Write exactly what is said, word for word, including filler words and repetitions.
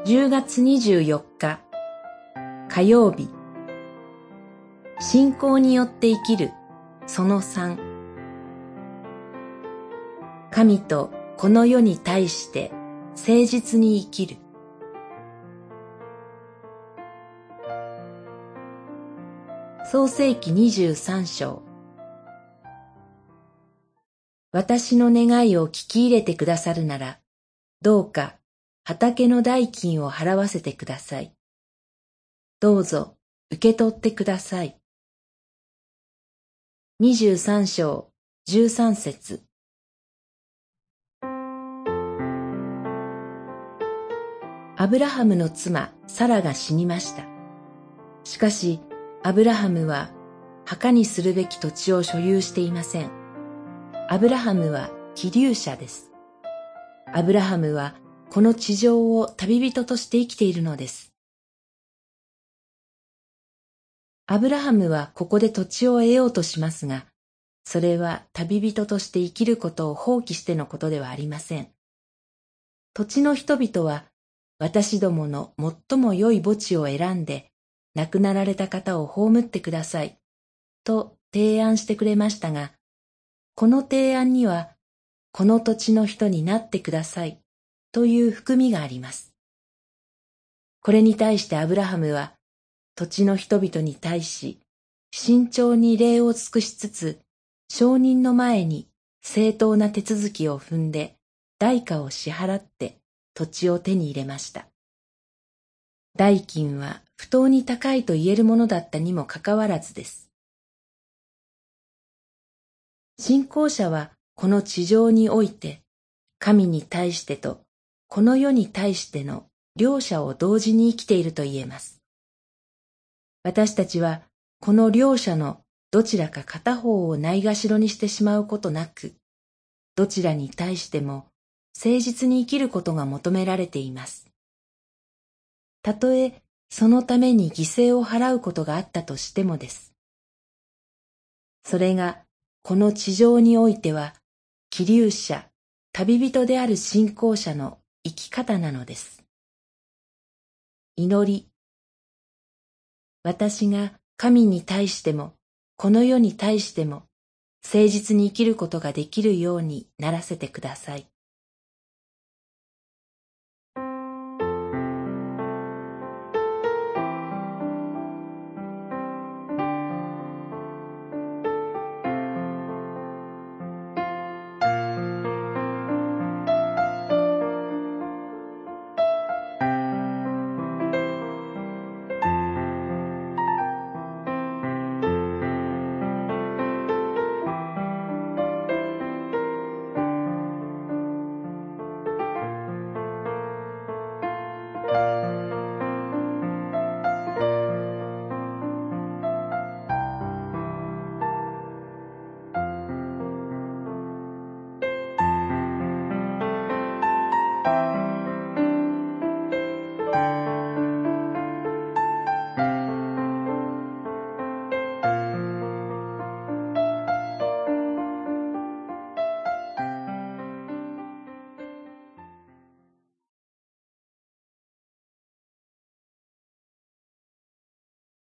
じゅうがつにじゅうよっか火曜日、信仰によって生きるそのさん。神とこの世に対して誠実に生きる。創世記にじゅうさん章。私の願いを聞き入れてくださるなら、どうか畑の代金を払わせてください。どうぞ受け取ってください。にじゅうさん章じゅうさん節。アブラハムの妻サラが死にました。しかしアブラハムは墓にするべき土地を所有していません。アブラハムは寄留者です。アブラハムはこの地上を旅人として生きているのです。アブラハムはここで土地を得ようとしますが、それは旅人として生きることを放棄してのことではありません。土地の人々は私どもの最も良い墓地を選んで亡くなられた方を葬ってくださいと提案してくれましたが、この提案にはこの土地の人になってくださいという含みがあります。これに対してアブラハムは土地の人々に対し慎重に礼を尽くしつつ、証人の前に正当な手続きを踏んで代価を支払って土地を手に入れました。代金は不当に高いと言えるものだったにもかかわらずです。信仰者はこの地上において神に対してとこの世に対しての両者を同時に生きていると言えます。私たちはこの両者のどちらか片方をないがしろにしてしまうことなく、どちらに対しても誠実に生きることが求められています。たとえそのために犠牲を払うことがあったとしてもです。それがこの地上においては寄留者、旅人である信仰者の生き方なのです。祈り。私が神に対してもこの世に対しても誠実に生きることができるようにならせてください。